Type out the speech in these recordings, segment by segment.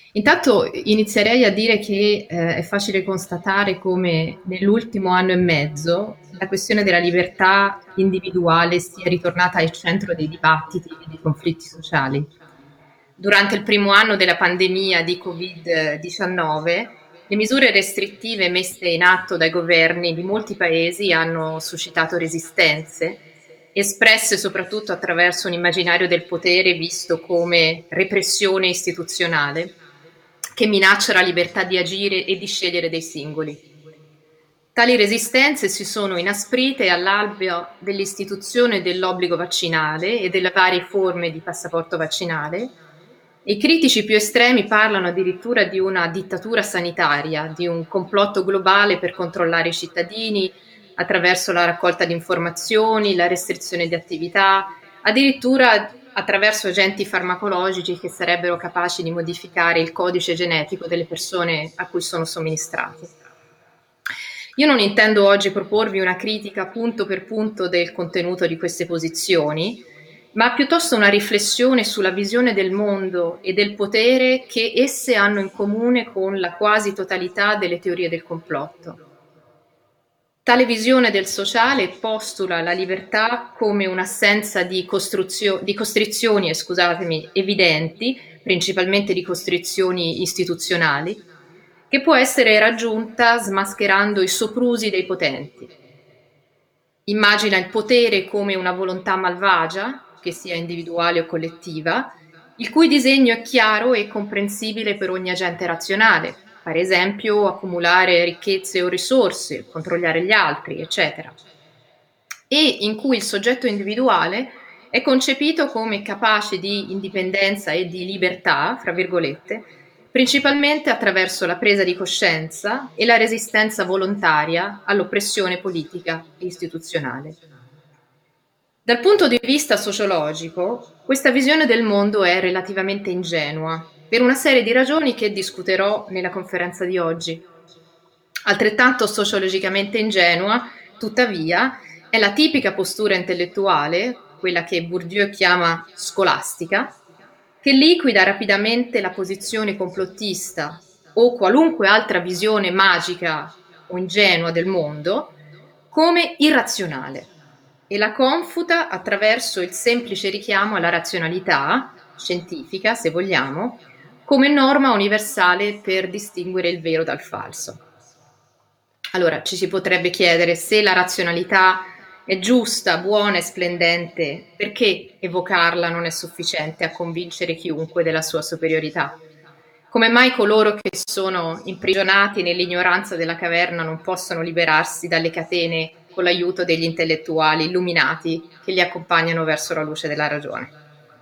Intanto inizierei a dire che è facile constatare come nell'ultimo anno e mezzo la questione della libertà individuale sia ritornata al centro dei dibattiti e dei conflitti sociali. Durante il primo anno della pandemia di Covid-19, le misure restrittive messe in atto dai governi di molti paesi hanno suscitato resistenze, espresse soprattutto attraverso un immaginario del potere visto come repressione istituzionale, che minaccia la libertà di agire e di scegliere dei singoli. Tali resistenze si sono inasprite all'alveo dell'istituzione dell'obbligo vaccinale e delle varie forme di passaporto vaccinale. I critici più estremi parlano addirittura di una dittatura sanitaria, di un complotto globale per controllare i cittadini attraverso la raccolta di informazioni, la restrizione di attività, addirittura attraverso agenti farmacologici che sarebbero capaci di modificare il codice genetico delle persone a cui sono somministrati. Io non intendo oggi proporvi una critica punto per punto del contenuto di queste posizioni, ma piuttosto una riflessione sulla visione del mondo e del potere che esse hanno in comune con la quasi totalità delle teorie del complotto. Tale visione del sociale postula la libertà come un'assenza di costrizioni, evidenti, principalmente di costrizioni istituzionali, che può essere raggiunta smascherando i soprusi dei potenti. Immagina il potere come una volontà malvagia, che sia individuale o collettiva, il cui disegno è chiaro e comprensibile per ogni agente razionale, per esempio accumulare ricchezze o risorse, controllare gli altri, eccetera. E in cui il soggetto individuale è concepito come capace di indipendenza e di libertà, fra virgolette, principalmente attraverso la presa di coscienza e la resistenza volontaria all'oppressione politica e istituzionale. Dal punto di vista sociologico, questa visione del mondo è relativamente ingenua, per una serie di ragioni che discuterò nella conferenza di oggi. Altrettanto sociologicamente ingenua, tuttavia, è la tipica postura intellettuale, quella che Bourdieu chiama scolastica, che liquida rapidamente la posizione complottista o qualunque altra visione magica o ingenua del mondo come irrazionale e la confuta attraverso il semplice richiamo alla razionalità, scientifica se vogliamo, come norma universale per distinguere il vero dal falso. Allora ci si potrebbe chiedere se la razionalità è giusta, buona e splendente, perché evocarla non è sufficiente a convincere chiunque della sua superiorità? Come mai coloro che sono imprigionati nell'ignoranza della caverna non possono liberarsi dalle catene con l'aiuto degli intellettuali illuminati che li accompagnano verso la luce della ragione?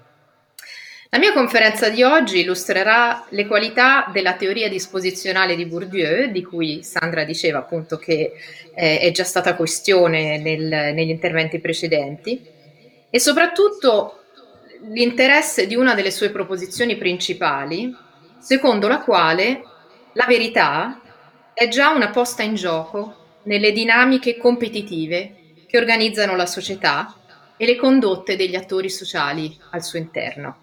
La mia conferenza di oggi illustrerà le qualità della teoria disposizionale di Bourdieu, di cui Sandra diceva appunto che è già stata questione negli interventi precedenti, e soprattutto l'interesse di una delle sue proposizioni principali, secondo la quale la verità è già una posta in gioco nelle dinamiche competitive che organizzano la società e le condotte degli attori sociali al suo interno.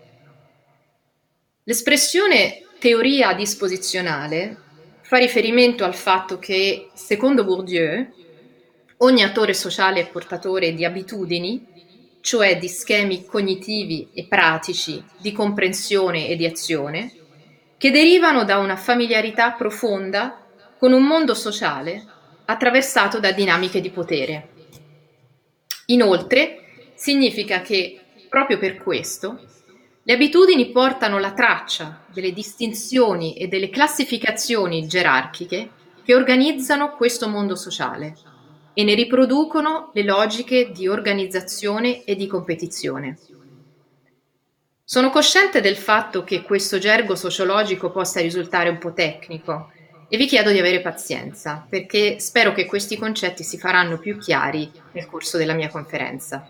L'espressione teoria disposizionale fa riferimento al fatto che, secondo Bourdieu, ogni attore sociale è portatore di abitudini, cioè di schemi cognitivi e pratici di comprensione e di azione, che derivano da una familiarità profonda con un mondo sociale attraversato da dinamiche di potere. Inoltre, significa che, proprio per questo, le abitudini portano la traccia delle distinzioni e delle classificazioni gerarchiche che organizzano questo mondo sociale e ne riproducono le logiche di organizzazione e di competizione. Sono cosciente del fatto che questo gergo sociologico possa risultare un po' tecnico e vi chiedo di avere pazienza, perché spero che questi concetti si faranno più chiari nel corso della mia conferenza.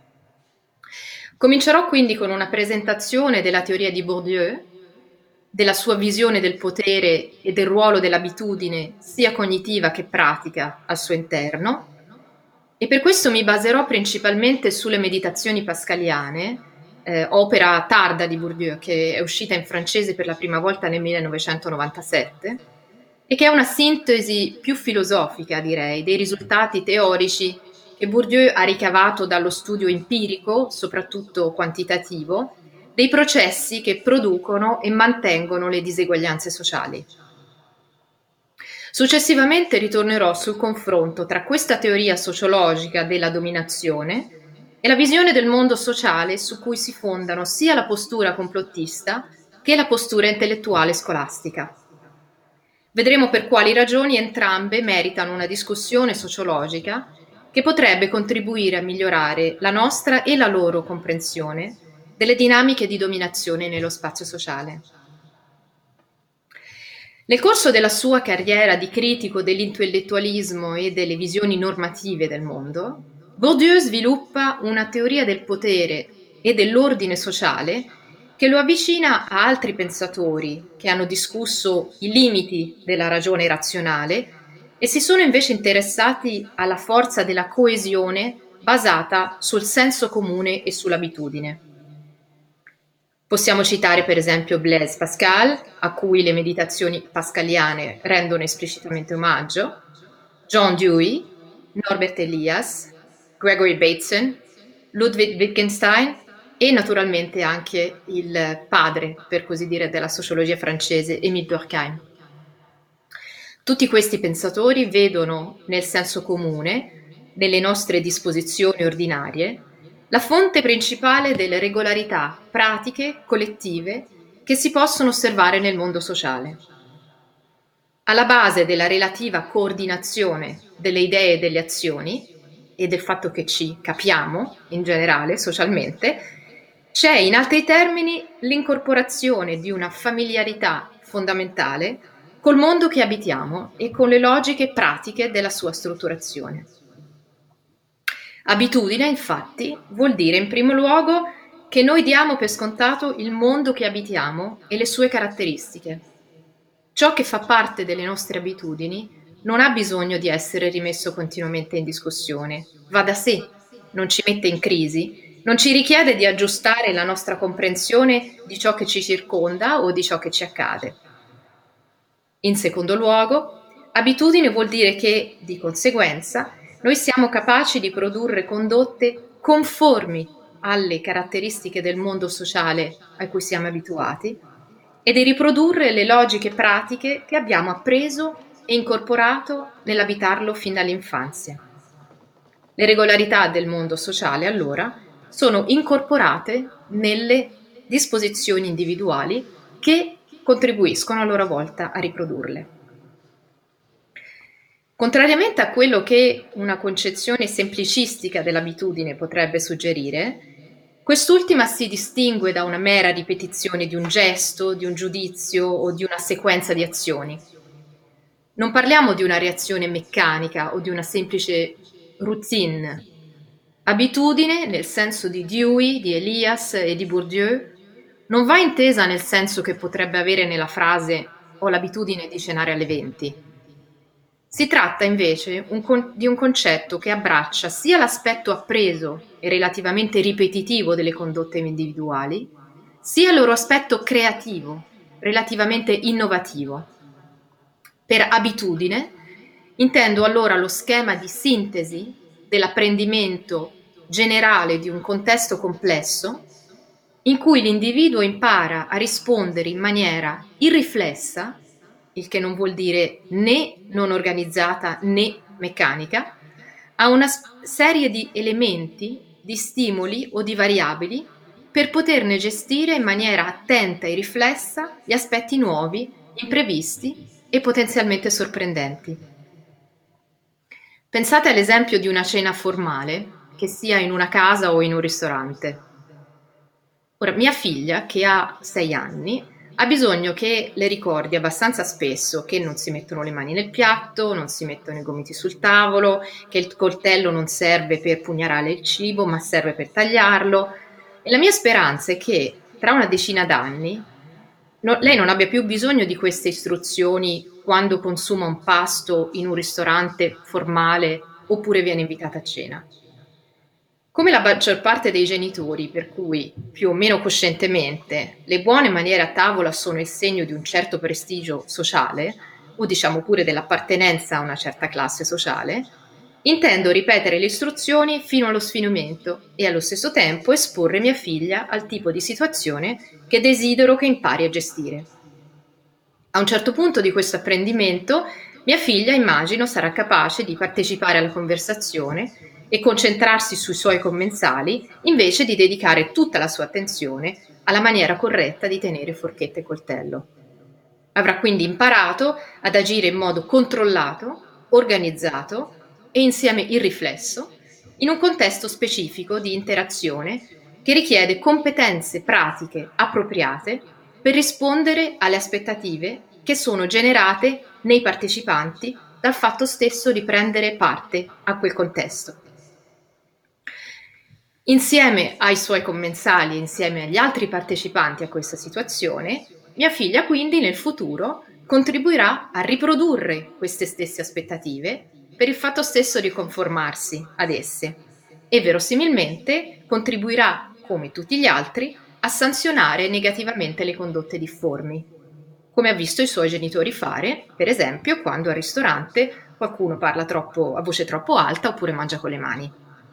Comincerò quindi con una presentazione della teoria di Bourdieu, della sua visione del potere e del ruolo dell'abitudine sia cognitiva che pratica al suo interno, e per questo mi baserò principalmente sulle meditazioni pascaliane, opera tarda di Bourdieu, che è uscita in francese per la prima volta nel 1997 e che è una sintesi più filosofica, direi, dei risultati teorici che Bourdieu ha ricavato dallo studio empirico, soprattutto quantitativo, dei processi che producono e mantengono le diseguaglianze sociali. Successivamente ritornerò sul confronto tra questa teoria sociologica della dominazione e la visione del mondo sociale su cui si fondano sia la postura complottista che la postura intellettuale scolastica. Vedremo per quali ragioni entrambe meritano una discussione sociologica che potrebbe contribuire a migliorare la nostra e la loro comprensione delle dinamiche di dominazione nello spazio sociale. Nel corso della sua carriera di critico dell'intellettualismo e delle visioni normative del mondo, Bourdieu sviluppa una teoria del potere e dell'ordine sociale che lo avvicina a altri pensatori che hanno discusso i limiti della ragione razionale e si sono invece interessati alla forza della coesione basata sul senso comune e sull'abitudine. Possiamo citare per esempio Blaise Pascal, a cui le meditazioni pascaliane rendono esplicitamente omaggio, John Dewey, Norbert Elias, Gregory Bateson, Ludwig Wittgenstein e naturalmente anche il padre, per così dire, della sociologia francese, Émile Durkheim. Tutti questi pensatori vedono nel senso comune, nelle nostre disposizioni ordinarie, la fonte principale delle regolarità pratiche collettive che si possono osservare nel mondo sociale. Alla base della relativa coordinazione delle idee e delle azioni e del fatto che ci capiamo in generale socialmente, c'è in altri termini l'incorporazione di una familiarità fondamentale col mondo che abitiamo e con le logiche pratiche della sua strutturazione. Abitudine, infatti, vuol dire in primo luogo che noi diamo per scontato il mondo che abitiamo e le sue caratteristiche. Ciò che fa parte delle nostre abitudini non ha bisogno di essere rimesso continuamente in discussione, va da sé, non ci mette in crisi, non ci richiede di aggiustare la nostra comprensione di ciò che ci circonda o di ciò che ci accade. In secondo luogo, abitudine vuol dire che, di conseguenza, noi siamo capaci di produrre condotte conformi alle caratteristiche del mondo sociale a cui siamo abituati e di riprodurre le logiche pratiche che abbiamo appreso e incorporato nell'abitarlo fin dall'infanzia. Le regolarità del mondo sociale, allora, sono incorporate nelle disposizioni individuali che contribuiscono a loro volta a riprodurle. Contrariamente a quello che una concezione semplicistica dell'abitudine potrebbe suggerire, quest'ultima si distingue da una mera ripetizione di un gesto, di un giudizio o di una sequenza di azioni. Non parliamo di una reazione meccanica o di una semplice routine. Abitudine, nel senso di Dewey, di Elias e di Bourdieu, non va intesa nel senso che potrebbe avere nella frase "ho l'abitudine di cenare alle 20". Si tratta invece di un concetto che abbraccia sia l'aspetto appreso e relativamente ripetitivo delle condotte individuali, sia il loro aspetto creativo, relativamente innovativo. Per abitudine intendo allora lo schema di sintesi dell'apprendimento generale di un contesto complesso in cui l'individuo impara a rispondere in maniera irriflessa, il che non vuol dire né non organizzata né meccanica, a una serie di elementi, di stimoli o di variabili per poterne gestire in maniera attenta e riflessa gli aspetti nuovi, imprevisti e potenzialmente sorprendenti. Pensate all'esempio di una cena formale, che sia in una casa o in un ristorante. Ora, mia figlia, che ha 6 anni, ha bisogno che le ricordi abbastanza spesso che non si mettono le mani nel piatto, non si mettono i gomiti sul tavolo, che il coltello non serve per pugnalare il cibo, ma serve per tagliarlo. E la mia speranza è che tra una decina d'anni lei non abbia più bisogno di queste istruzioni quando consuma un pasto in un ristorante formale oppure viene invitata a cena. Come la maggior parte dei genitori, per cui più o meno coscientemente le buone maniere a tavola sono il segno di un certo prestigio sociale, o diciamo pure dell'appartenenza a una certa classe sociale, intendo ripetere le istruzioni fino allo sfinimento e allo stesso tempo esporre mia figlia al tipo di situazione che desidero che impari a gestire. A un certo punto di questo apprendimento, mia figlia, immagino, sarà capace di partecipare alla conversazione e concentrarsi sui suoi commensali invece di dedicare tutta la sua attenzione alla maniera corretta di tenere forchetta e coltello. Avrà quindi imparato ad agire in modo controllato, organizzato e insieme irriflesso in un contesto specifico di interazione che richiede competenze pratiche appropriate per rispondere alle aspettative che sono generate nei partecipanti dal fatto stesso di prendere parte a quel contesto. Insieme ai suoi commensali e insieme agli altri partecipanti a questa situazione, mia figlia quindi nel futuro contribuirà a riprodurre queste stesse aspettative per il fatto stesso di conformarsi ad esse e verosimilmente contribuirà, come tutti gli altri, a sanzionare negativamente le condotte difformi, come ha visto i suoi genitori fare, per esempio, quando al ristorante qualcuno parla a voce troppo alta oppure mangia con le mani.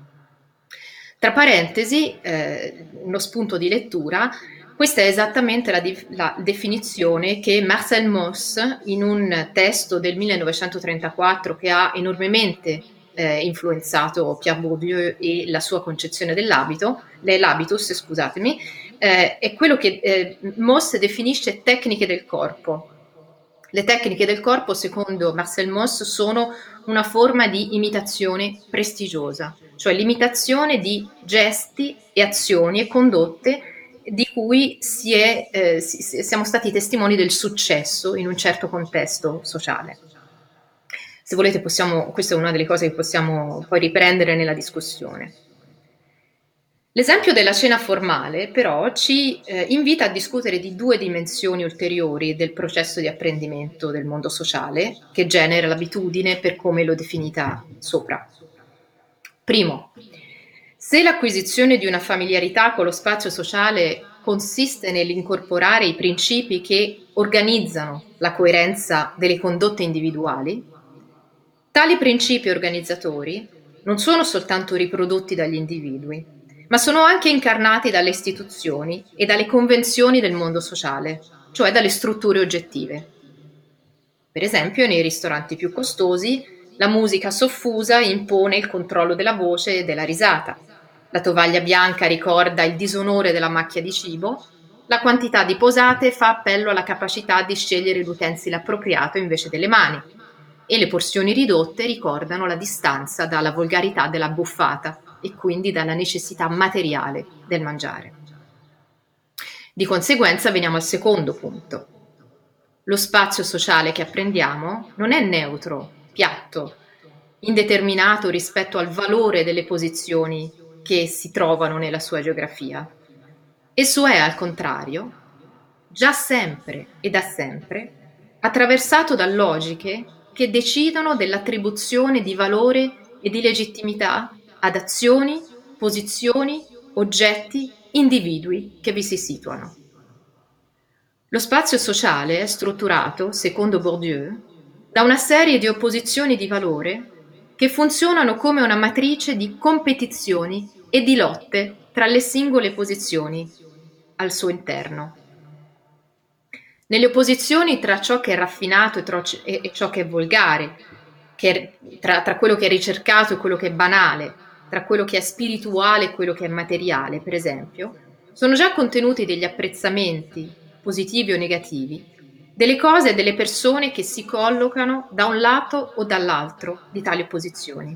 Tra parentesi, uno spunto di lettura, questa è esattamente la definizione che Marcel Mauss, in un testo del 1934 che ha enormemente influenzato Pierre Bourdieu e la sua concezione l'habitus, scusatemi, è quello che Mauss definisce tecniche del corpo. Le tecniche del corpo, secondo Marcel Mauss, sono una forma di imitazione prestigiosa, cioè l'imitazione di gesti e azioni e condotte di cui siamo stati testimoni del successo in un certo contesto sociale. Se volete questa è una delle cose che possiamo poi riprendere nella discussione. L'esempio della cena formale, però, ci invita a discutere di due dimensioni ulteriori del processo di apprendimento del mondo sociale che genera l'abitudine per come l'ho definita sopra. Primo, se l'acquisizione di una familiarità con lo spazio sociale consiste nell'incorporare i principi che organizzano la coerenza delle condotte individuali, tali principi organizzatori non sono soltanto riprodotti dagli individui, ma sono anche incarnati dalle istituzioni e dalle convenzioni del mondo sociale, cioè dalle strutture oggettive. Per esempio, nei ristoranti più costosi, la musica soffusa impone il controllo della voce e della risata. La tovaglia bianca ricorda il disonore della macchia di cibo. La quantità di posate fa appello alla capacità di scegliere l'utensile appropriato invece delle mani. E le porzioni ridotte ricordano la distanza dalla volgarità della buffata e quindi dalla necessità materiale del mangiare. Di conseguenza veniamo al secondo punto. Lo spazio sociale che apprendiamo non è neutro, piatto, indeterminato rispetto al valore delle posizioni che si trovano nella sua geografia. Esso è, al contrario, già sempre e da sempre attraversato da logiche che decidono dell'attribuzione di valore e di legittimità ad azioni, posizioni, oggetti, individui che vi si situano. Lo spazio sociale è strutturato, secondo Bourdieu, da una serie di opposizioni di valore che funzionano come una matrice di competizioni e di lotte tra le singole posizioni al suo interno. Nelle opposizioni tra ciò che è raffinato e ciò che è volgare, tra quello che è ricercato e quello che è banale, tra quello che è spirituale e quello che è materiale, per esempio, sono già contenuti degli apprezzamenti, positivi o negativi, delle cose e delle persone che si collocano da un lato o dall'altro di tali opposizioni.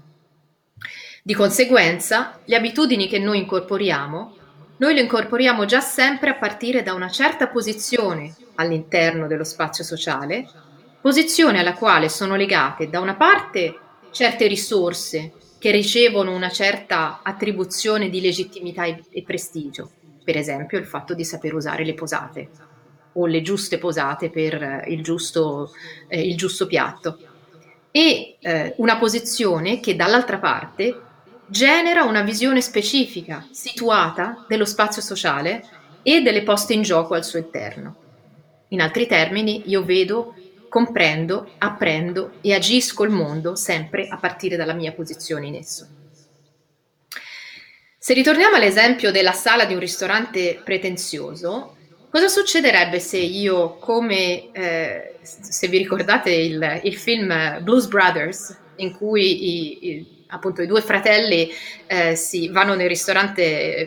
Di conseguenza, le abitudini che noi le incorporiamo già sempre a partire da una certa posizione all'interno dello spazio sociale, posizione alla quale sono legate da una parte certe risorse che ricevono una certa attribuzione di legittimità e prestigio, per esempio il fatto di saper usare le posate o le giuste posate per il giusto piatto, e una posizione che dall'altra parte genera una visione specifica, situata, dello spazio sociale e delle poste in gioco al suo interno. In altri termini, io vedo, comprendo, apprendo e agisco il mondo sempre a partire dalla mia posizione in esso. Se ritorniamo all'esempio della sala di un ristorante pretenzioso, cosa succederebbe se io, come se vi ricordate il film Blues Brothers, in cui appunto i due fratelli si vanno nel ristorante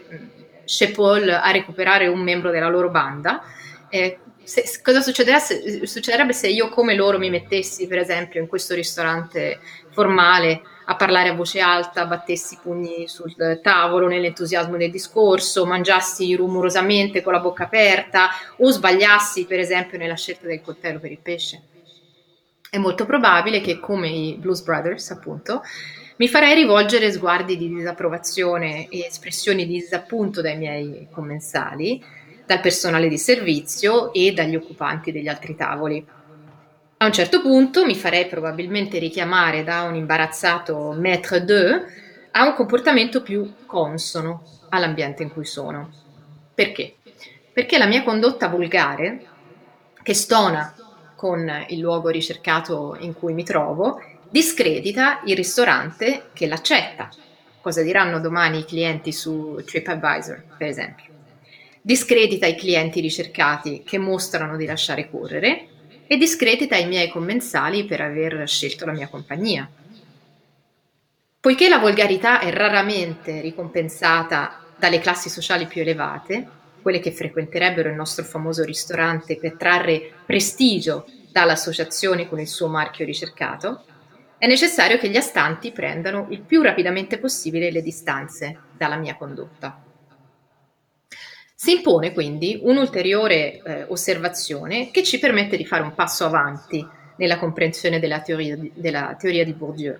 Chez a recuperare un membro della loro banda, cosa succederebbe se io come loro mi mettessi per esempio in questo ristorante formale a parlare a voce alta, battessi i pugni sul tavolo nell'entusiasmo del discorso, mangiassi rumorosamente con la bocca aperta o sbagliassi per esempio nella scelta del coltello per il pesce? È molto probabile che, come i Blues Brothers, appunto, mi farei rivolgere sguardi di disapprovazione e espressioni di disappunto dai miei commensali, dal personale di servizio e dagli occupanti degli altri tavoli. A un certo punto mi farei probabilmente richiamare da un imbarazzato maître deux a un comportamento più consono all'ambiente in cui sono. Perché? Perché la mia condotta volgare, che stona con il luogo ricercato in cui mi trovo, discredita il ristorante che l'accetta. Cosa diranno domani i clienti su TripAdvisor, per esempio? Discredita i clienti ricercati che mostrano di lasciare correre e discredita i miei commensali per aver scelto la mia compagnia. Poiché la volgarità è raramente ricompensata dalle classi sociali più elevate, quelle che frequenterebbero il nostro famoso ristorante per trarre prestigio dall'associazione con il suo marchio ricercato, è necessario che gli astanti prendano il più rapidamente possibile le distanze dalla mia condotta. Si impone quindi un'ulteriore osservazione che ci permette di fare un passo avanti nella comprensione della teoria di Bourdieu.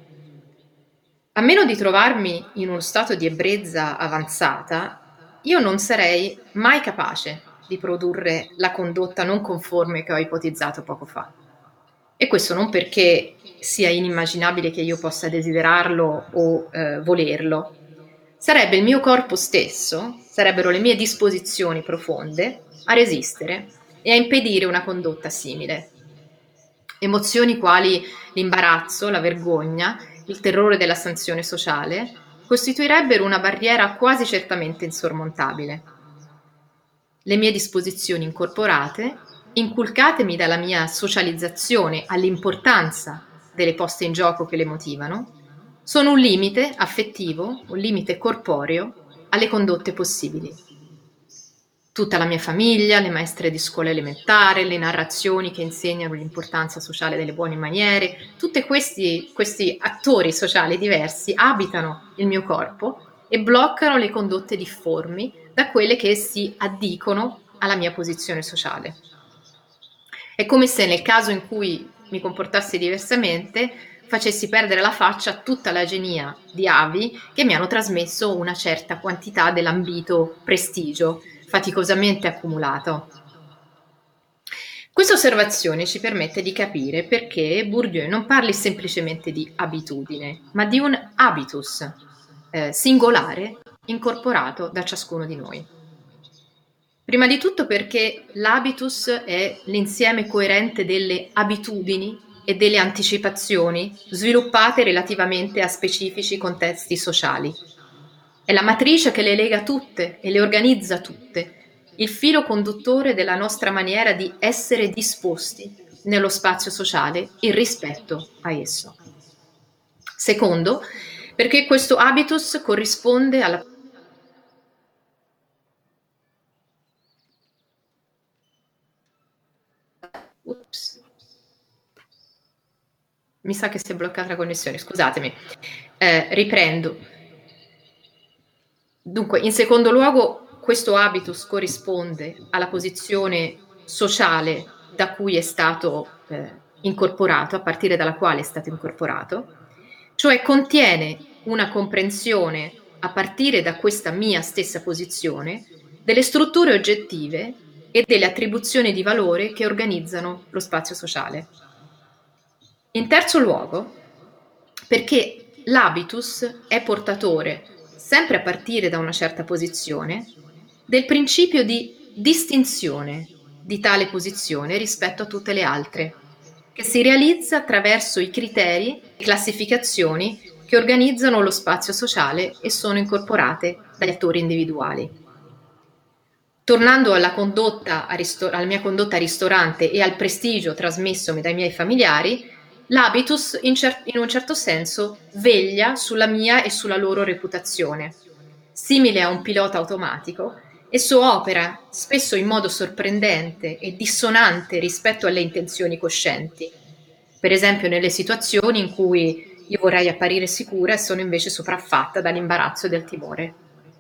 A meno di trovarmi in uno stato di ebbrezza avanzata, io non sarei mai capace di produrre la condotta non conforme che ho ipotizzato poco fa. E questo non perché sia inimmaginabile che io possa desiderarlo o volerlo. Sarebbe il mio corpo stesso, sarebbero le mie disposizioni profonde a resistere e a impedire una condotta simile. Emozioni quali l'imbarazzo, la vergogna, il terrore della sanzione sociale costituirebbero una barriera quasi certamente insormontabile. Le mie disposizioni incorporate, inculcatemi dalla mia socializzazione all'importanza delle poste in gioco che le motivano, sono un limite affettivo, un limite corporeo alle condotte possibili. Tutta la mia famiglia, le maestre di scuola elementare, le narrazioni che insegnano l'importanza sociale delle buone maniere, tutti questi attori sociali diversi abitano il mio corpo e bloccano le condotte difformi da quelle che si addicono alla mia posizione sociale. È come se nel caso in cui mi comportassi diversamente facessi perdere la faccia a tutta la genia di avi che mi hanno trasmesso una certa quantità dell'ambito prestigio faticosamente accumulato. Questa osservazione ci permette di capire perché Bourdieu non parli semplicemente di abitudine, ma di un habitus singolare incorporato da ciascuno di noi. Prima di tutto perché l'habitus è l'insieme coerente delle abitudini e delle anticipazioni sviluppate relativamente a specifici contesti sociali. È la matrice che le lega tutte e le organizza tutte, il filo conduttore della nostra maniera di essere disposti nello spazio sociale in rispetto a esso. Secondo, perché questo habitus corrisponde alla Ups. Mi sa che si è bloccata la connessione, scusatemi. Riprendo. Dunque, in secondo luogo, questo habitus corrisponde alla posizione sociale da cui è stato incorporato, a partire dalla quale è stato incorporato, cioè contiene una comprensione a partire da questa mia stessa posizione delle strutture oggettive e delle attribuzioni di valore che organizzano lo spazio sociale. In terzo luogo, perché l'habitus è portatore, sempre a partire da una certa posizione, del principio di distinzione di tale posizione rispetto a tutte le altre, che si realizza attraverso i criteri e classificazioni che organizzano lo spazio sociale e sono incorporate dagli attori individuali. Tornando alla mia condotta a ristorante e al prestigio trasmessomi dai miei familiari, l'habitus in un certo senso veglia sulla mia e sulla loro reputazione. Simile a un pilota automatico, esso opera spesso in modo sorprendente e dissonante rispetto alle intenzioni coscienti. Per esempio nelle situazioni in cui io vorrei apparire sicura e sono invece sopraffatta dall'imbarazzo e dal timore.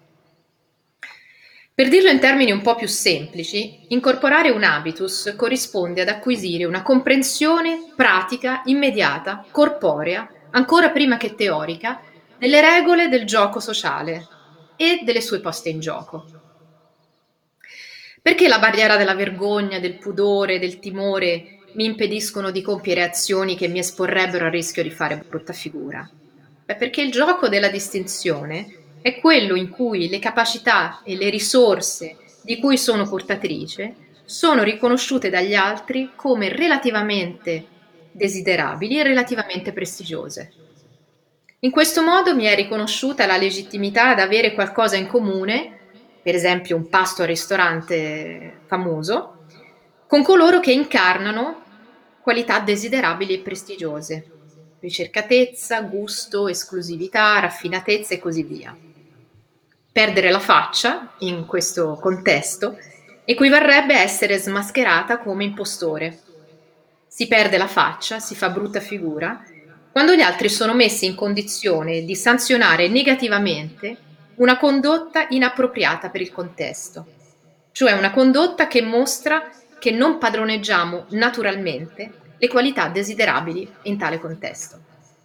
Per dirlo in termini un po' più semplici, incorporare un habitus corrisponde ad acquisire una comprensione pratica, immediata, corporea, ancora prima che teorica, delle regole del gioco sociale e delle sue poste in gioco. Perché la barriera della vergogna, del pudore, del timore mi impediscono di compiere azioni che mi esporrebbero al rischio di fare brutta figura? Beh, perché il gioco della distinzione è quello in cui le capacità e le risorse di cui sono portatrice sono riconosciute dagli altri come relativamente desiderabili e relativamente prestigiose. In questo modo mi è riconosciuta la legittimità ad avere qualcosa in comune, per esempio un pasto al ristorante famoso, con coloro che incarnano qualità desiderabili e prestigiose, ricercatezza, gusto, esclusività, raffinatezza e così via. Perdere la faccia, in questo contesto, equivarrebbe a essere smascherata come impostore. Si perde la faccia, si fa brutta figura, quando gli altri sono messi in condizione di sanzionare negativamente una condotta inappropriata per il contesto, cioè una condotta che mostra che non padroneggiamo naturalmente le qualità desiderabili in tale contesto.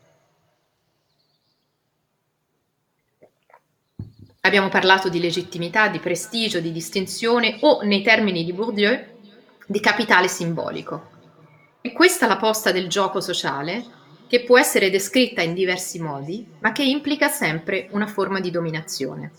Abbiamo parlato di legittimità, di prestigio, di distinzione o, nei termini di Bourdieu, di capitale simbolico. È questa la posta del gioco sociale che può essere descritta in diversi modi, ma che implica sempre una forma di dominazione.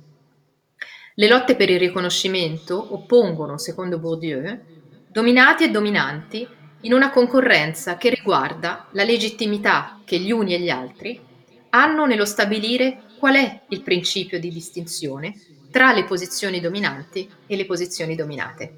Le lotte per il riconoscimento oppongono, secondo Bourdieu, dominati e dominanti in una concorrenza che riguarda la legittimità che gli uni e gli altri hanno nello stabilire qual è il principio di distinzione tra le posizioni dominanti e le posizioni dominate.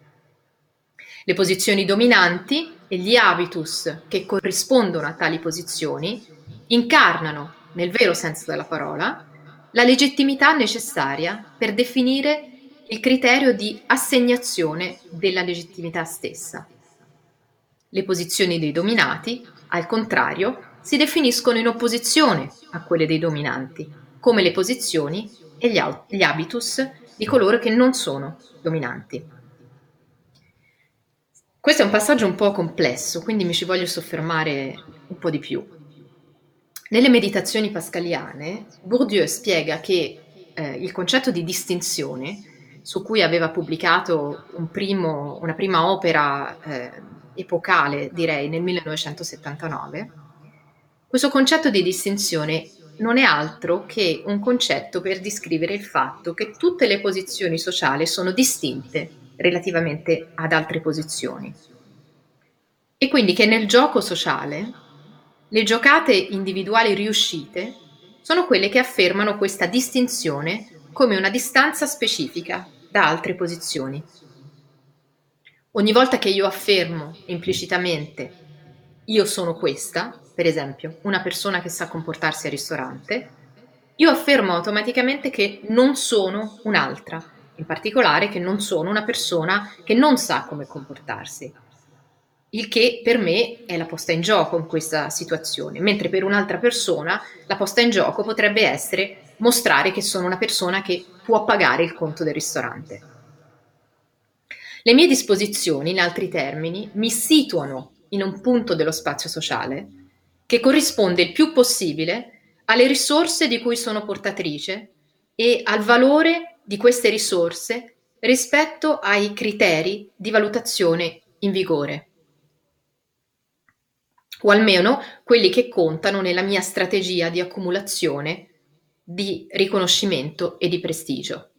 Le posizioni dominanti e gli habitus che corrispondono a tali posizioni incarnano, nel vero senso della parola, la legittimità necessaria per definire il criterio di assegnazione della legittimità stessa. Le posizioni dei dominati, al contrario, si definiscono in opposizione a quelle dei dominanti, come le posizioni e gli habitus di coloro che non sono dominanti. Questo è un passaggio un po' complesso, quindi mi ci voglio soffermare un po' di più. Nelle meditazioni pascaliane, Bourdieu spiega che il concetto di distinzione, su cui aveva pubblicato una prima opera epocale, direi, nel 1979, questo concetto di distinzione non è altro che un concetto per descrivere il fatto che tutte le posizioni sociali sono distinte relativamente ad altre posizioni. E quindi che nel gioco sociale le giocate individuali riuscite sono quelle che affermano questa distinzione come una distanza specifica da altre posizioni. Ogni volta che io affermo implicitamente io sono questa, per esempio, una persona che sa comportarsi al ristorante, io affermo automaticamente che non sono un'altra, in particolare che non sono una persona che non sa come comportarsi. Il che per me è la posta in gioco in questa situazione, mentre per un'altra persona la posta in gioco potrebbe essere mostrare che sono una persona che può pagare il conto del ristorante. Le mie disposizioni, in altri termini, mi situano in un punto dello spazio sociale che corrisponde il più possibile alle risorse di cui sono portatrice e al valore di queste risorse rispetto ai criteri di valutazione in vigore. o almeno quelli che contano nella mia strategia di accumulazione di riconoscimento e di prestigio.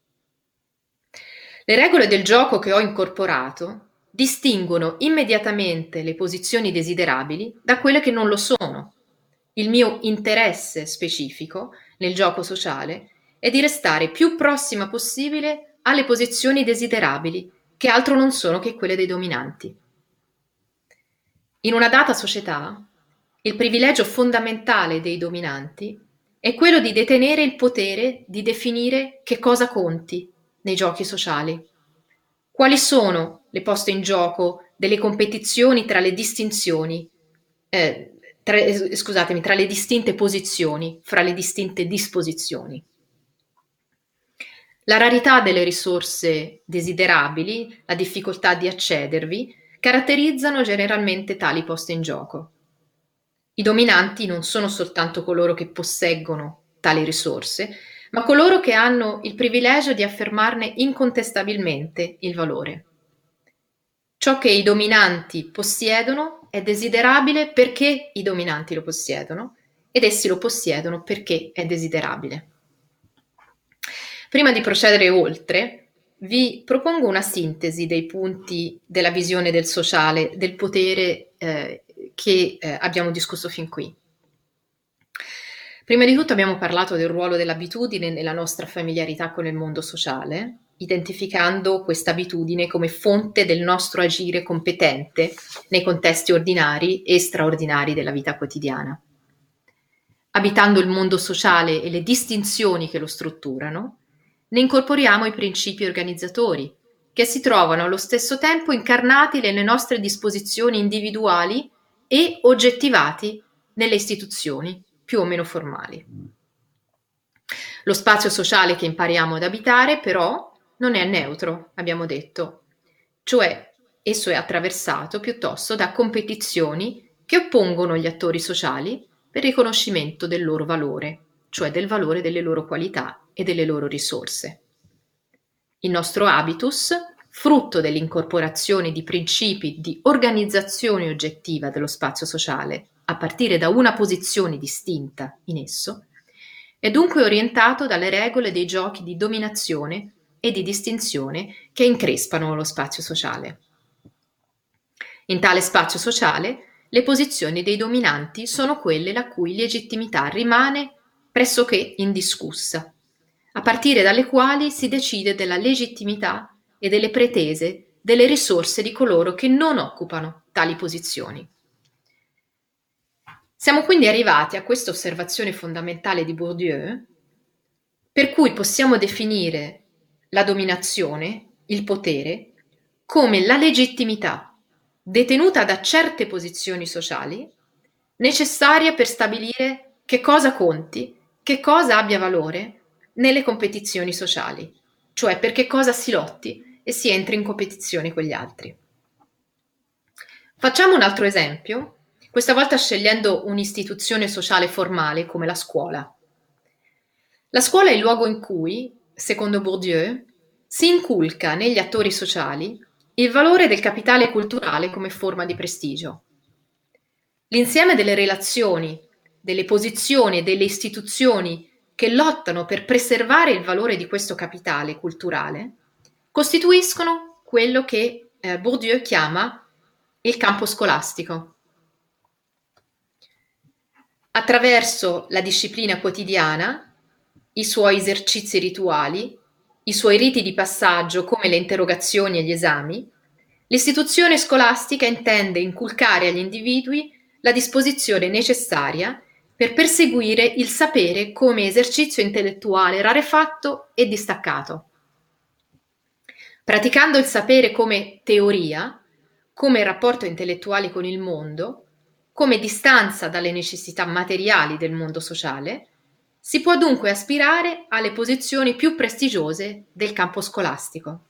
Le regole del gioco che ho incorporato distinguono immediatamente le posizioni desiderabili da quelle che non lo sono. Il mio interesse specifico nel gioco sociale è di restare più prossima possibile alle posizioni desiderabili, che altro non sono che quelle dei dominanti. In una data società, il privilegio fondamentale dei dominanti è quello di detenere il potere di definire che cosa conti nei giochi sociali. Quali sono le poste in gioco delle competizioni tra le distinzioni, tra le distinte posizioni, fra le distinte disposizioni? La rarità delle risorse desiderabili, la difficoltà di accedervi, caratterizzano generalmente tali poste in gioco. I dominanti non sono soltanto coloro che posseggono tali risorse, ma coloro che hanno il privilegio di affermarne incontestabilmente il valore. Ciò che i dominanti possiedono è desiderabile perché i dominanti lo possiedono ed essi lo possiedono perché è desiderabile. Prima di procedere oltre, vi propongo una sintesi dei punti della visione del sociale, del potere che abbiamo discusso fin qui. Prima di tutto abbiamo parlato del ruolo dell'abitudine nella nostra familiarità con il mondo sociale, identificando questa abitudine come fonte del nostro agire competente nei contesti ordinari e straordinari della vita quotidiana. Abitando il mondo sociale e le distinzioni che lo strutturano, ne incorporiamo i principi organizzatori, che si trovano allo stesso tempo incarnati nelle nostre disposizioni individuali e oggettivati nelle istituzioni più o meno formali. Lo spazio sociale che impariamo ad abitare, però, non è neutro, abbiamo detto, cioè esso è attraversato piuttosto da competizioni che oppongono gli attori sociali per riconoscimento del loro valore, cioè del valore delle loro qualità e delle loro risorse. Il nostro habitus, frutto dell'incorporazione di principi di organizzazione oggettiva dello spazio sociale a partire da una posizione distinta in esso, è dunque orientato dalle regole dei giochi di dominazione e di distinzione che increspano lo spazio sociale. In tale spazio sociale, le posizioni dei dominanti sono quelle la cui legittimità rimane pressoché indiscussa, a partire dalle quali si decide della legittimità e delle pretese delle risorse di coloro che non occupano tali posizioni. Siamo quindi arrivati a questa osservazione fondamentale di Bourdieu, per cui possiamo definire la dominazione, il potere, come la legittimità detenuta da certe posizioni sociali, necessaria per stabilire che cosa conti, che cosa abbia valore nelle competizioni sociali, cioè per che cosa si lotti e si entri in competizione con gli altri. Facciamo un altro esempio, questa volta scegliendo un'istituzione sociale formale come la scuola. La scuola è il luogo in cui, secondo Bourdieu, si inculca negli attori sociali il valore del capitale culturale come forma di prestigio. L'insieme delle relazioni, delle posizioni e delle istituzioni che lottano per preservare il valore di questo capitale culturale costituiscono quello che Bourdieu chiama il campo scolastico. Attraverso la disciplina quotidiana, i suoi esercizi rituali, i suoi riti di passaggio come le interrogazioni e gli esami, l'istituzione scolastica intende inculcare agli individui la disposizione necessaria per perseguire il sapere come esercizio intellettuale rarefatto e distaccato. Praticando il sapere come teoria, come rapporto intellettuale con il mondo, come distanza dalle necessità materiali del mondo sociale, si può dunque aspirare alle posizioni più prestigiose del campo scolastico.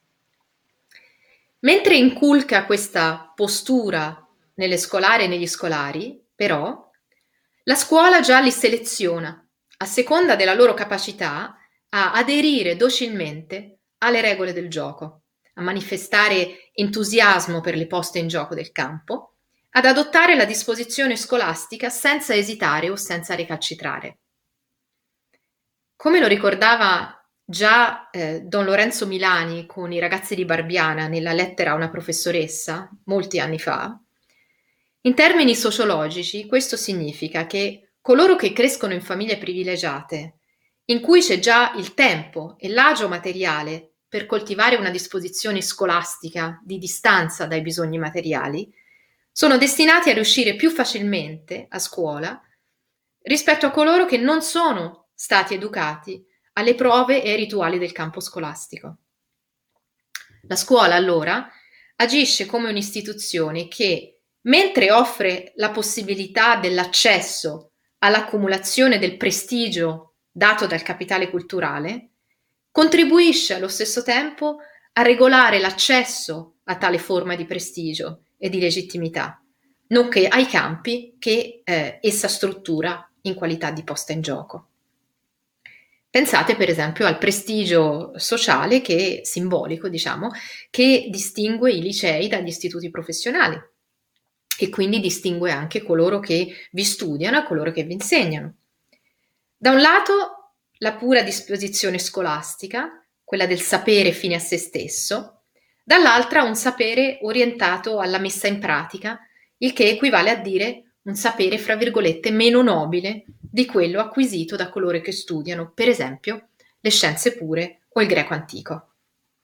Mentre inculca questa postura nelle scolare e negli scolari, però, la scuola già li seleziona, a seconda della loro capacità a aderire docilmente alle regole del gioco, a manifestare entusiasmo per le poste in gioco del campo, ad adottare la disposizione scolastica senza esitare o senza recalcitrare. Come lo ricordava già Don Lorenzo Milani con i ragazzi di Barbiana nella lettera a una professoressa molti anni fa, in termini sociologici questo significa che coloro che crescono in famiglie privilegiate, in cui c'è già il tempo e l'agio materiale per coltivare una disposizione scolastica di distanza dai bisogni materiali, sono destinati a riuscire più facilmente a scuola rispetto a coloro che non sono stati educati alle prove e ai rituali del campo scolastico. La scuola, allora, agisce come un'istituzione che, mentre offre la possibilità dell'accesso all'accumulazione del prestigio dato dal capitale culturale, contribuisce allo stesso tempo a regolare l'accesso a tale forma di prestigio e di legittimità, nonché ai campi che essa struttura in qualità di posta in gioco. Pensate per esempio al prestigio sociale simbolico, diciamo, che distingue i licei dagli istituti professionali e quindi distingue anche coloro che vi studiano e coloro che vi insegnano. Da un lato la pura disposizione scolastica, quella del sapere fine a se stesso, dall'altra un sapere orientato alla messa in pratica, il che equivale a dire un sapere, fra virgolette, meno nobile di quello acquisito da coloro che studiano, per esempio, le scienze pure o il greco antico.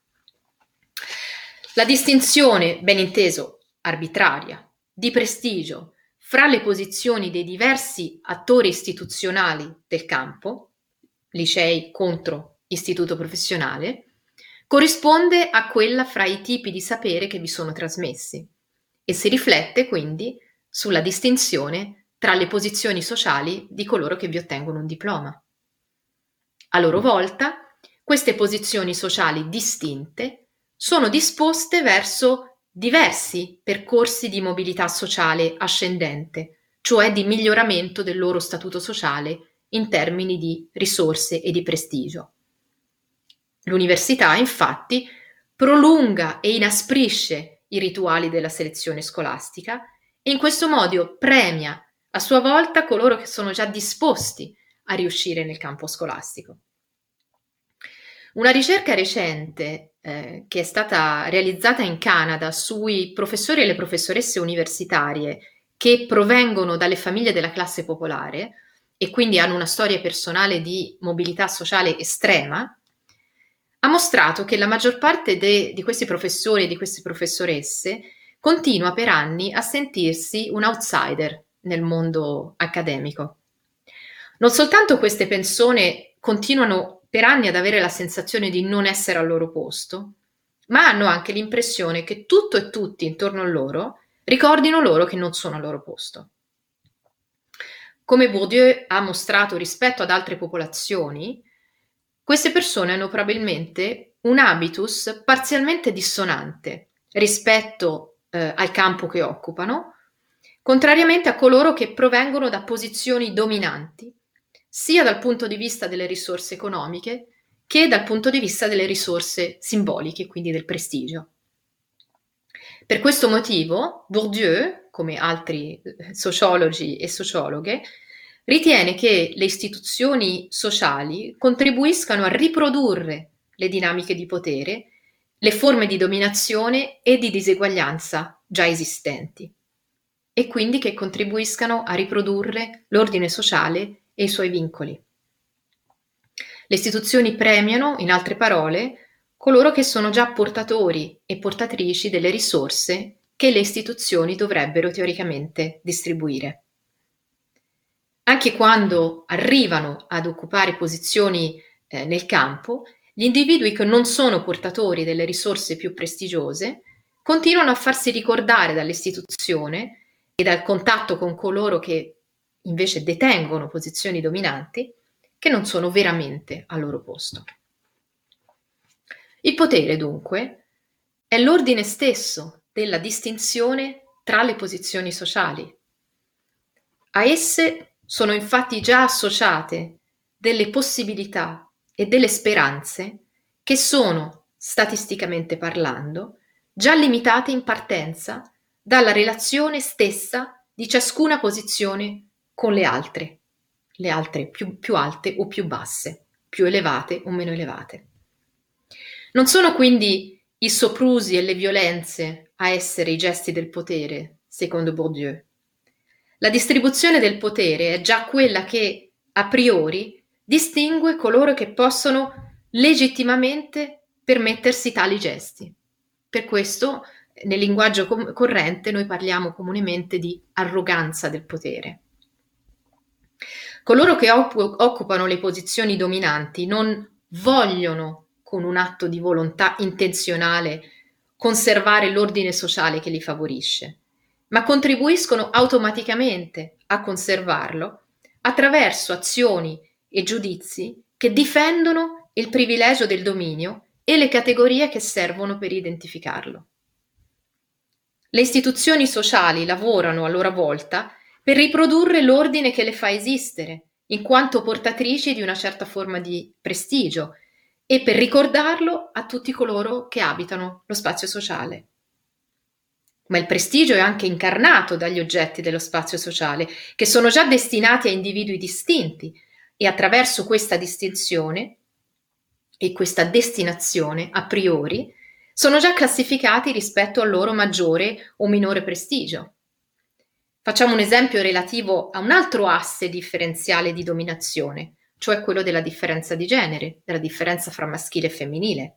La distinzione, ben inteso, arbitraria, di prestigio fra le posizioni dei diversi attori istituzionali del campo, licei contro istituto professionale, corrisponde a quella fra i tipi di sapere che vi sono trasmessi e si riflette quindi sulla distinzione tra le posizioni sociali di coloro che vi ottengono un diploma. A loro volta, queste posizioni sociali distinte sono disposte verso diversi percorsi di mobilità sociale ascendente, cioè di miglioramento del loro statuto sociale in termini di risorse e di prestigio. L'università, infatti, prolunga e inasprisce i rituali della selezione scolastica e in questo modo premia a sua volta coloro che sono già disposti a riuscire nel campo scolastico. Una ricerca recente che è stata realizzata in Canada sui professori e le professoresse universitarie che provengono dalle famiglie della classe popolare e quindi hanno una storia personale di mobilità sociale estrema, ha mostrato che la maggior parte di questi professori e di queste professoresse continua per anni a sentirsi un outsider nel mondo accademico. Non soltanto queste persone continuano per anni ad avere la sensazione di non essere al loro posto, ma hanno anche l'impressione che tutto e tutti intorno a loro ricordino loro che non sono al loro posto. Come Bourdieu ha mostrato rispetto ad altre popolazioni, queste persone hanno probabilmente un habitus parzialmente dissonante rispetto al campo che occupano, contrariamente a coloro che provengono da posizioni dominanti, sia dal punto di vista delle risorse economiche che dal punto di vista delle risorse simboliche, quindi del prestigio. Per questo motivo, Bourdieu, come altri sociologi e sociologhe, ritiene che le istituzioni sociali contribuiscano a riprodurre le dinamiche di potere, le forme di dominazione e di diseguaglianza già esistenti, e quindi che contribuiscano a riprodurre l'ordine sociale e i suoi vincoli. Le istituzioni premiano, in altre parole, coloro che sono già portatori e portatrici delle risorse che le istituzioni dovrebbero teoricamente distribuire. Anche quando arrivano ad occupare posizioni nel campo, gli individui che non sono portatori delle risorse più prestigiose continuano a farsi ricordare dall'istituzione e dal contatto con coloro che invece detengono posizioni dominanti, che non sono veramente al loro posto. Il potere, dunque, è l'ordine stesso della distinzione tra le posizioni sociali. A esse sono infatti già associate delle possibilità e delle speranze che sono, statisticamente parlando, già limitate in partenza dalla relazione stessa di ciascuna posizione con le altre più alte o più basse, più elevate o meno elevate. Non sono quindi i soprusi e le violenze a essere i gesti del potere, secondo Bourdieu. La distribuzione del potere è già quella che, a priori, distingue coloro che possono legittimamente permettersi tali gesti. Per questo, nel linguaggio corrente, noi parliamo comunemente di arroganza del potere. Coloro che occupano le posizioni dominanti non vogliono, con un atto di volontà intenzionale, conservare l'ordine sociale che li favorisce, ma contribuiscono automaticamente a conservarlo attraverso azioni e giudizi che difendono il privilegio del dominio e le categorie che servono per identificarlo. Le istituzioni sociali lavorano a loro volta per riprodurre l'ordine che le fa esistere, in quanto portatrici di una certa forma di prestigio, e per ricordarlo a tutti coloro che abitano lo spazio sociale. Ma il prestigio è anche incarnato dagli oggetti dello spazio sociale, che sono già destinati a individui distinti, e attraverso questa distinzione e questa destinazione a priori sono già classificati rispetto al loro maggiore o minore prestigio. Facciamo un esempio relativo a un altro asse differenziale di dominazione, cioè quello della differenza di genere, della differenza fra maschile e femminile.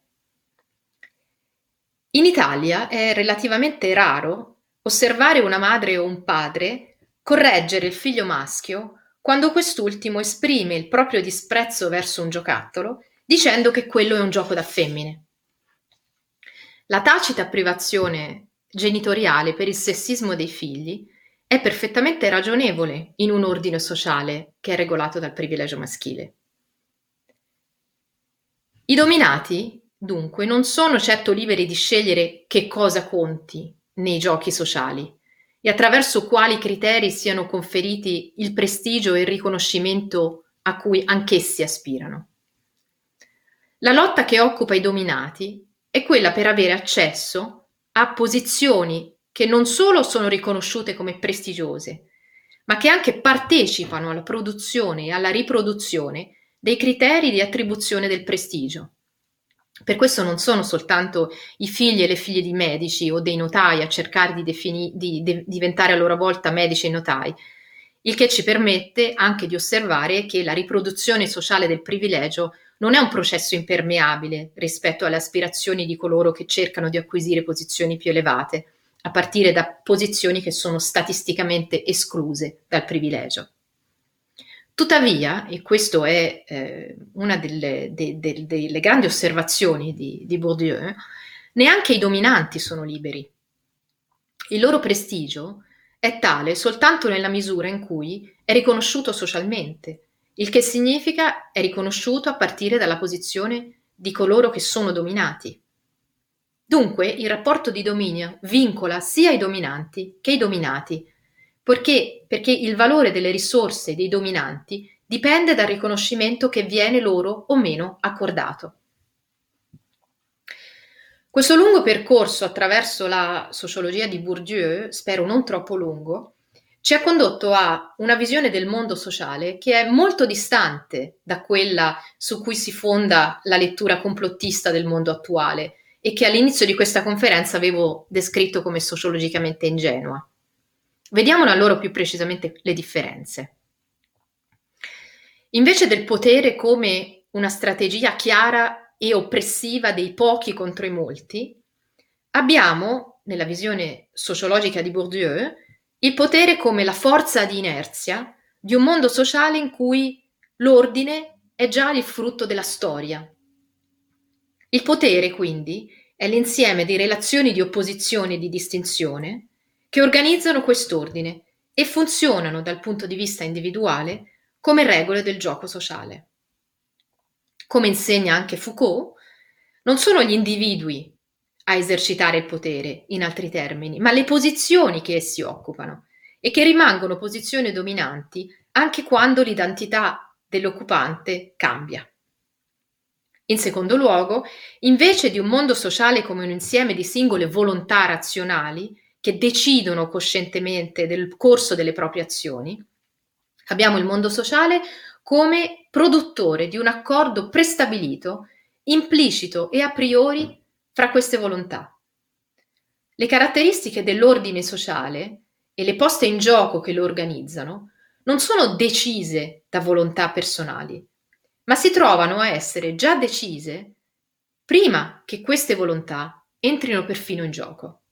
In Italia è relativamente raro osservare una madre o un padre correggere il figlio maschio quando quest'ultimo esprime il proprio disprezzo verso un giocattolo dicendo che quello è un gioco da femmine. La tacita privazione genitoriale per il sessismo dei figli è perfettamente ragionevole in un ordine sociale che è regolato dal privilegio maschile. I dominati, dunque, non sono certo liberi di scegliere che cosa conti nei giochi sociali e attraverso quali criteri siano conferiti il prestigio e il riconoscimento a cui anch'essi aspirano. La lotta che occupa i dominati è quella per avere accesso a posizioni che non solo sono riconosciute come prestigiose, ma che anche partecipano alla produzione e alla riproduzione dei criteri di attribuzione del prestigio. Per questo non sono soltanto i figli e le figlie di medici o dei notai a cercare di diventare a loro volta medici e notai, il che ci permette anche di osservare che la riproduzione sociale del privilegio non è un processo impermeabile rispetto alle aspirazioni di coloro che cercano di acquisire posizioni più elevate, a partire da posizioni che sono statisticamente escluse dal privilegio. Tuttavia, e questo è una delle grandi osservazioni di Bourdieu, neanche i dominanti sono liberi. Il loro prestigio è tale soltanto nella misura in cui è riconosciuto socialmente, il che significa è riconosciuto a partire dalla posizione di coloro che sono dominati. Dunque, il rapporto di dominio vincola sia i dominanti che i dominati, perché il valore delle risorse dei dominanti dipende dal riconoscimento che viene loro o meno accordato. Questo lungo percorso attraverso la sociologia di Bourdieu, spero non troppo lungo, ci ha condotto a una visione del mondo sociale che è molto distante da quella su cui si fonda la lettura complottista del mondo attuale e che all'inizio di questa conferenza avevo descritto come sociologicamente ingenua. Vediamone allora più precisamente le differenze. Invece del potere come una strategia chiara e oppressiva dei pochi contro i molti, abbiamo, nella visione sociologica di Bourdieu, il potere come la forza di inerzia di un mondo sociale in cui l'ordine è già il frutto della storia. Il potere, quindi, è l'insieme di relazioni di opposizione e di distinzione che organizzano quest'ordine e funzionano dal punto di vista individuale come regole del gioco sociale. Come insegna anche Foucault, non sono gli individui a esercitare il potere, in altri termini, ma le posizioni che essi occupano e che rimangono posizioni dominanti anche quando l'identità dell'occupante cambia. In secondo luogo, invece di un mondo sociale come un insieme di singole volontà razionali che decidono coscientemente del corso delle proprie azioni, abbiamo il mondo sociale come produttore di un accordo prestabilito, implicito e a priori fra queste volontà. Le caratteristiche dell'ordine sociale e le poste in gioco che lo organizzano non sono decise da volontà personali, ma si trovano a essere già decise prima che queste volontà entrino perfino in gioco.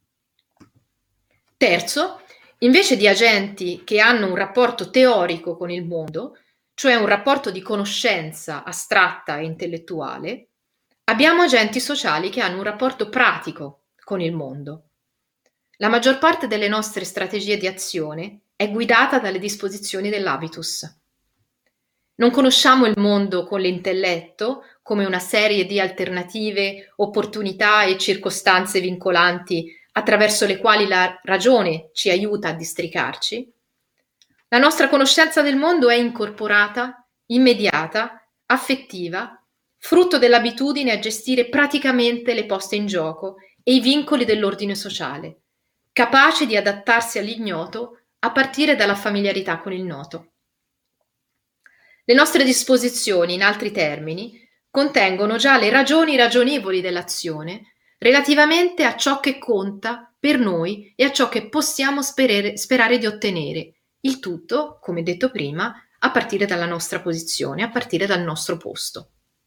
Terzo, invece di agenti che hanno un rapporto teorico con il mondo, cioè un rapporto di conoscenza astratta e intellettuale, abbiamo agenti sociali che hanno un rapporto pratico con il mondo. La maggior parte delle nostre strategie di azione è guidata dalle disposizioni dell'habitus. Non conosciamo il mondo con l'intelletto come una serie di alternative, opportunità e circostanze vincolanti attraverso le quali la ragione ci aiuta a districarci. La nostra conoscenza del mondo è incorporata, immediata, affettiva, frutto dell'abitudine a gestire praticamente le poste in gioco e i vincoli dell'ordine sociale, capace di adattarsi all'ignoto a partire dalla familiarità con il noto. Le nostre disposizioni, in altri termini, contengono già le ragioni ragionevoli dell'azione relativamente a ciò che conta per noi e a ciò che possiamo sperare di ottenere, il tutto, come detto prima, a partire dalla nostra posizione, a partire dal nostro posto.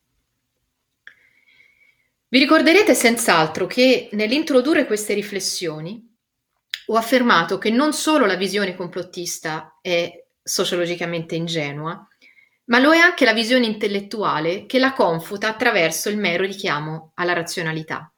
Vi ricorderete senz'altro che nell'introdurre queste riflessioni ho affermato che non solo la visione complottista è sociologicamente ingenua, ma lo è anche la visione intellettuale che la confuta attraverso il mero richiamo alla razionalità.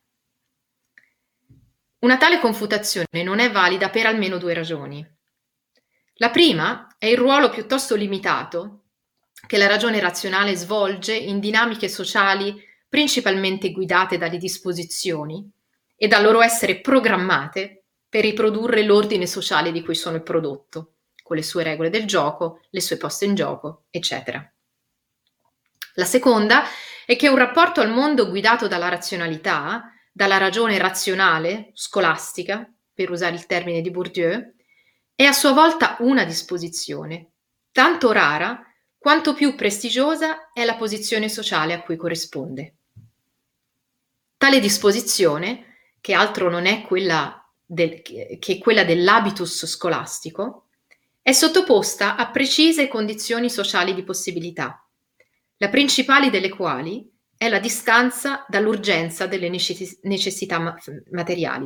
Una tale confutazione non è valida per almeno due ragioni. La prima è il ruolo piuttosto limitato che la ragione razionale svolge in dinamiche sociali principalmente guidate dalle disposizioni e dal loro essere programmate per riprodurre l'ordine sociale di cui sono il prodotto, con le sue regole del gioco, le sue poste in gioco, eccetera. La seconda è che un rapporto al mondo guidato dalla razionalità, dalla ragione razionale, scolastica, per usare il termine di Bourdieu, è a sua volta una disposizione, tanto rara quanto più prestigiosa è la posizione sociale a cui corrisponde. Tale disposizione, che altro non è che quella dell'habitus scolastico, è sottoposta a precise condizioni sociali di possibilità, la principale delle quali è la distanza dall'urgenza delle necessità materiali.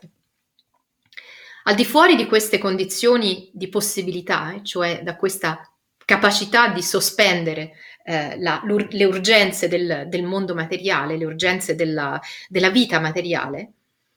Al di fuori di queste condizioni di possibilità, cioè da questa capacità di sospendere le urgenze del mondo materiale, le urgenze della vita materiale,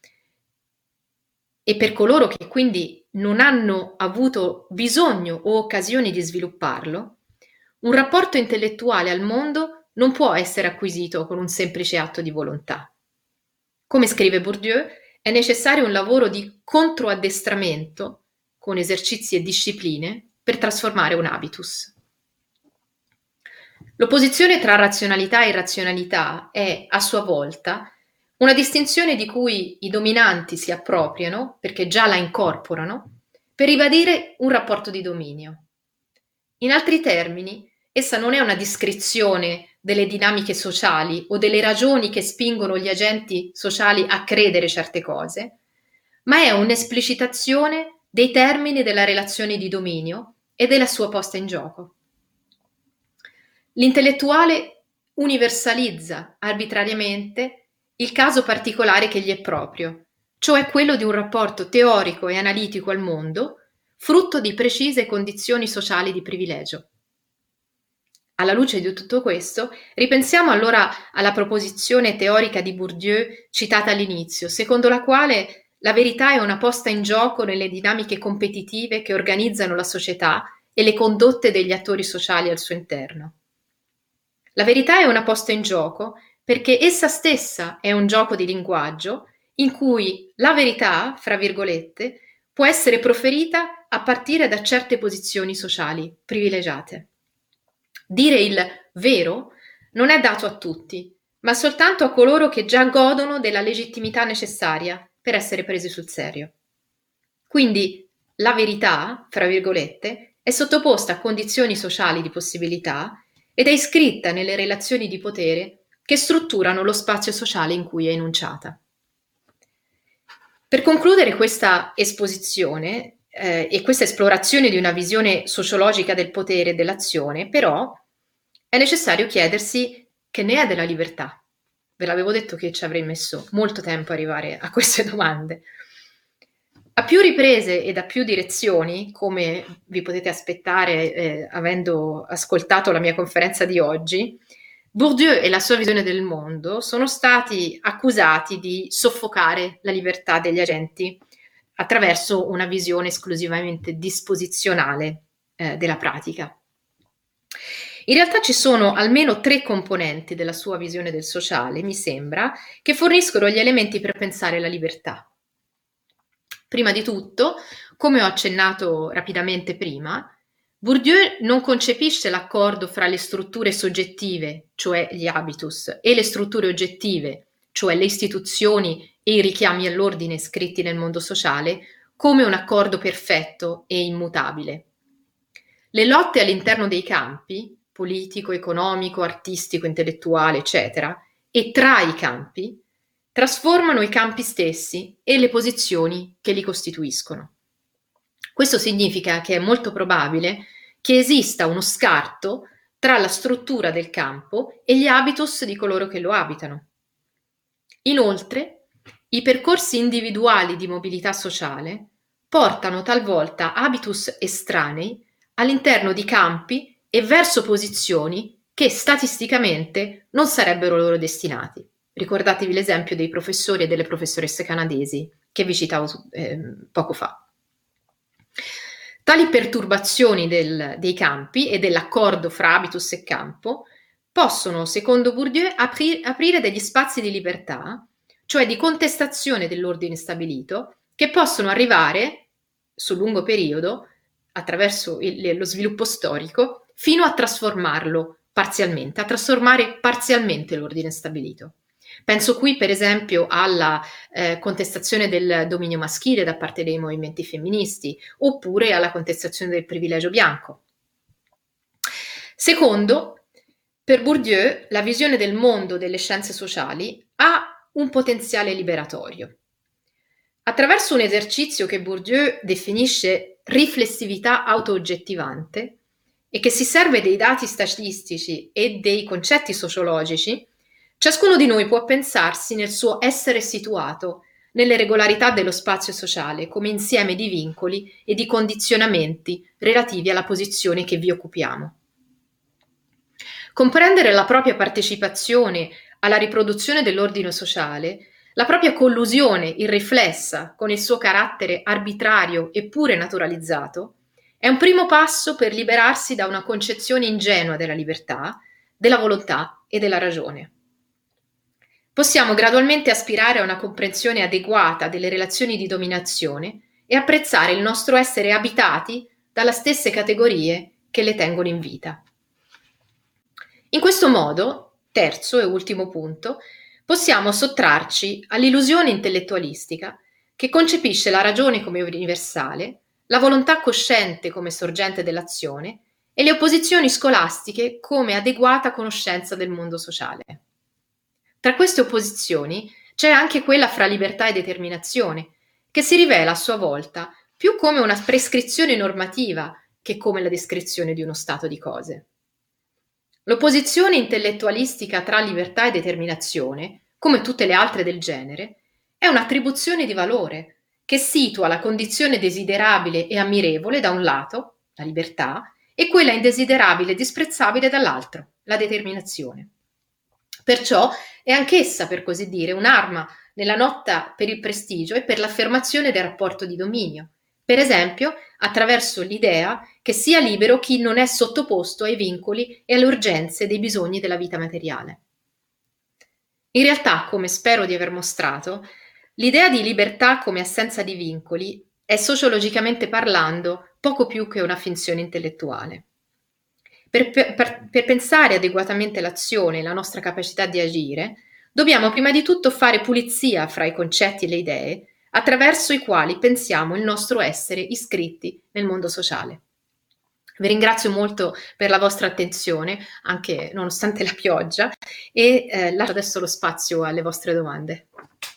e per coloro che quindi non hanno avuto bisogno o occasioni di svilupparlo, un rapporto intellettuale al mondo non può essere acquisito con un semplice atto di volontà. Come scrive Bourdieu, è necessario un lavoro di controaddestramento con esercizi e discipline per trasformare un habitus. L'opposizione tra razionalità e irrazionalità è, a sua volta, una distinzione di cui i dominanti si appropriano, perché già la incorporano, per ribadire un rapporto di dominio. In altri termini, essa non è una descrizione delle dinamiche sociali o delle ragioni che spingono gli agenti sociali a credere certe cose, ma è un'esplicitazione dei termini della relazione di dominio e della sua posta in gioco. L'intellettuale universalizza arbitrariamente il caso particolare che gli è proprio, cioè quello di un rapporto teorico e analitico al mondo, frutto di precise condizioni sociali di privilegio. Alla luce di tutto questo, ripensiamo allora alla proposizione teorica di Bourdieu citata all'inizio, secondo la quale la verità è una posta in gioco nelle dinamiche competitive che organizzano la società e le condotte degli attori sociali al suo interno. La verità è una posta in gioco perché essa stessa è un gioco di linguaggio in cui la verità, fra virgolette, può essere proferita a partire da certe posizioni sociali privilegiate. Dire il vero non è dato a tutti, ma soltanto a coloro che già godono della legittimità necessaria per essere presi sul serio. Quindi la verità, fra virgolette, è sottoposta a condizioni sociali di possibilità ed è iscritta nelle relazioni di potere che strutturano lo spazio sociale in cui è enunciata. Per concludere questa esposizione e questa esplorazione di una visione sociologica del potere e dell'azione, però è necessario chiedersi che ne è della libertà. Ve l'avevo detto che ci avrei messo molto tempo a arrivare a queste domande. A più riprese e da più direzioni, come vi potete aspettare avendo ascoltato la mia conferenza di oggi, Bourdieu e la sua visione del mondo sono stati accusati di soffocare la libertà degli agenti attraverso una visione esclusivamente disposizionale della pratica. In realtà ci sono almeno 3 componenti della sua visione del sociale, mi sembra, che forniscono gli elementi per pensare la libertà. Prima di tutto, come ho accennato rapidamente prima, Bourdieu non concepisce l'accordo fra le strutture soggettive, cioè gli habitus, e le strutture oggettive, cioè le istituzioni e i richiami all'ordine scritti nel mondo sociale, come un accordo perfetto e immutabile. Le lotte all'interno dei campi, politico, economico, artistico, intellettuale, eccetera, e tra i campi, trasformano i campi stessi e le posizioni che li costituiscono. Questo significa che è molto probabile che esista uno scarto tra la struttura del campo e gli habitus di coloro che lo abitano. Inoltre, i percorsi individuali di mobilità sociale portano talvolta habitus estranei all'interno di campi e verso posizioni che statisticamente non sarebbero loro destinati. Ricordatevi l'esempio dei professori e delle professoresse canadesi che vi citavo poco fa. Tali perturbazioni dei campi e dell'accordo fra habitus e campo possono, secondo Bourdieu, aprire degli spazi di libertà, cioè di contestazione dell'ordine stabilito, che possono arrivare, sul lungo periodo, attraverso lo sviluppo storico, fino a trasformarlo parzialmente, a trasformare parzialmente l'ordine stabilito. Penso qui per esempio alla contestazione del dominio maschile da parte dei movimenti femministi, oppure alla contestazione del privilegio bianco. Secondo, per Bourdieu la visione del mondo delle scienze sociali ha un potenziale liberatorio. Attraverso un esercizio che Bourdieu definisce riflessività auto-oggettivante e che si serve dei dati statistici e dei concetti sociologici, ciascuno di noi può pensarsi nel suo essere situato nelle regolarità dello spazio sociale come insieme di vincoli e di condizionamenti relativi alla posizione che vi occupiamo. Comprendere la propria partecipazione alla riproduzione dell'ordine sociale, la propria collusione irriflessa con il suo carattere arbitrario eppure naturalizzato, è un primo passo per liberarsi da una concezione ingenua della libertà, della volontà e della ragione. Possiamo gradualmente aspirare a una comprensione adeguata delle relazioni di dominazione e apprezzare il nostro essere abitati dalle stesse categorie che le tengono in vita. In questo modo, terzo e ultimo punto, possiamo sottrarci all'illusione intellettualistica che concepisce la ragione come universale, la volontà cosciente come sorgente dell'azione e le opposizioni scolastiche come adeguata conoscenza del mondo sociale. Tra queste opposizioni c'è anche quella fra libertà e determinazione, che si rivela a sua volta più come una prescrizione normativa che come la descrizione di uno stato di cose. L'opposizione intellettualistica tra libertà e determinazione, come tutte le altre del genere, è un'attribuzione di valore che situa la condizione desiderabile e ammirevole da un lato, la libertà, e quella indesiderabile e disprezzabile dall'altro, la determinazione. Perciò è anch'essa, per così dire, un'arma nella lotta per il prestigio e per l'affermazione del rapporto di dominio, per esempio attraverso l'idea che sia libero chi non è sottoposto ai vincoli e alle urgenze dei bisogni della vita materiale. In realtà, come spero di aver mostrato, l'idea di libertà come assenza di vincoli è sociologicamente parlando poco più che una finzione intellettuale. Per pensare adeguatamente l'azione e la nostra capacità di agire, dobbiamo prima di tutto fare pulizia fra i concetti e le idee, attraverso i quali pensiamo il nostro essere iscritti nel mondo sociale. Vi ringrazio molto per la vostra attenzione, anche nonostante la pioggia, e lascio adesso lo spazio alle vostre domande.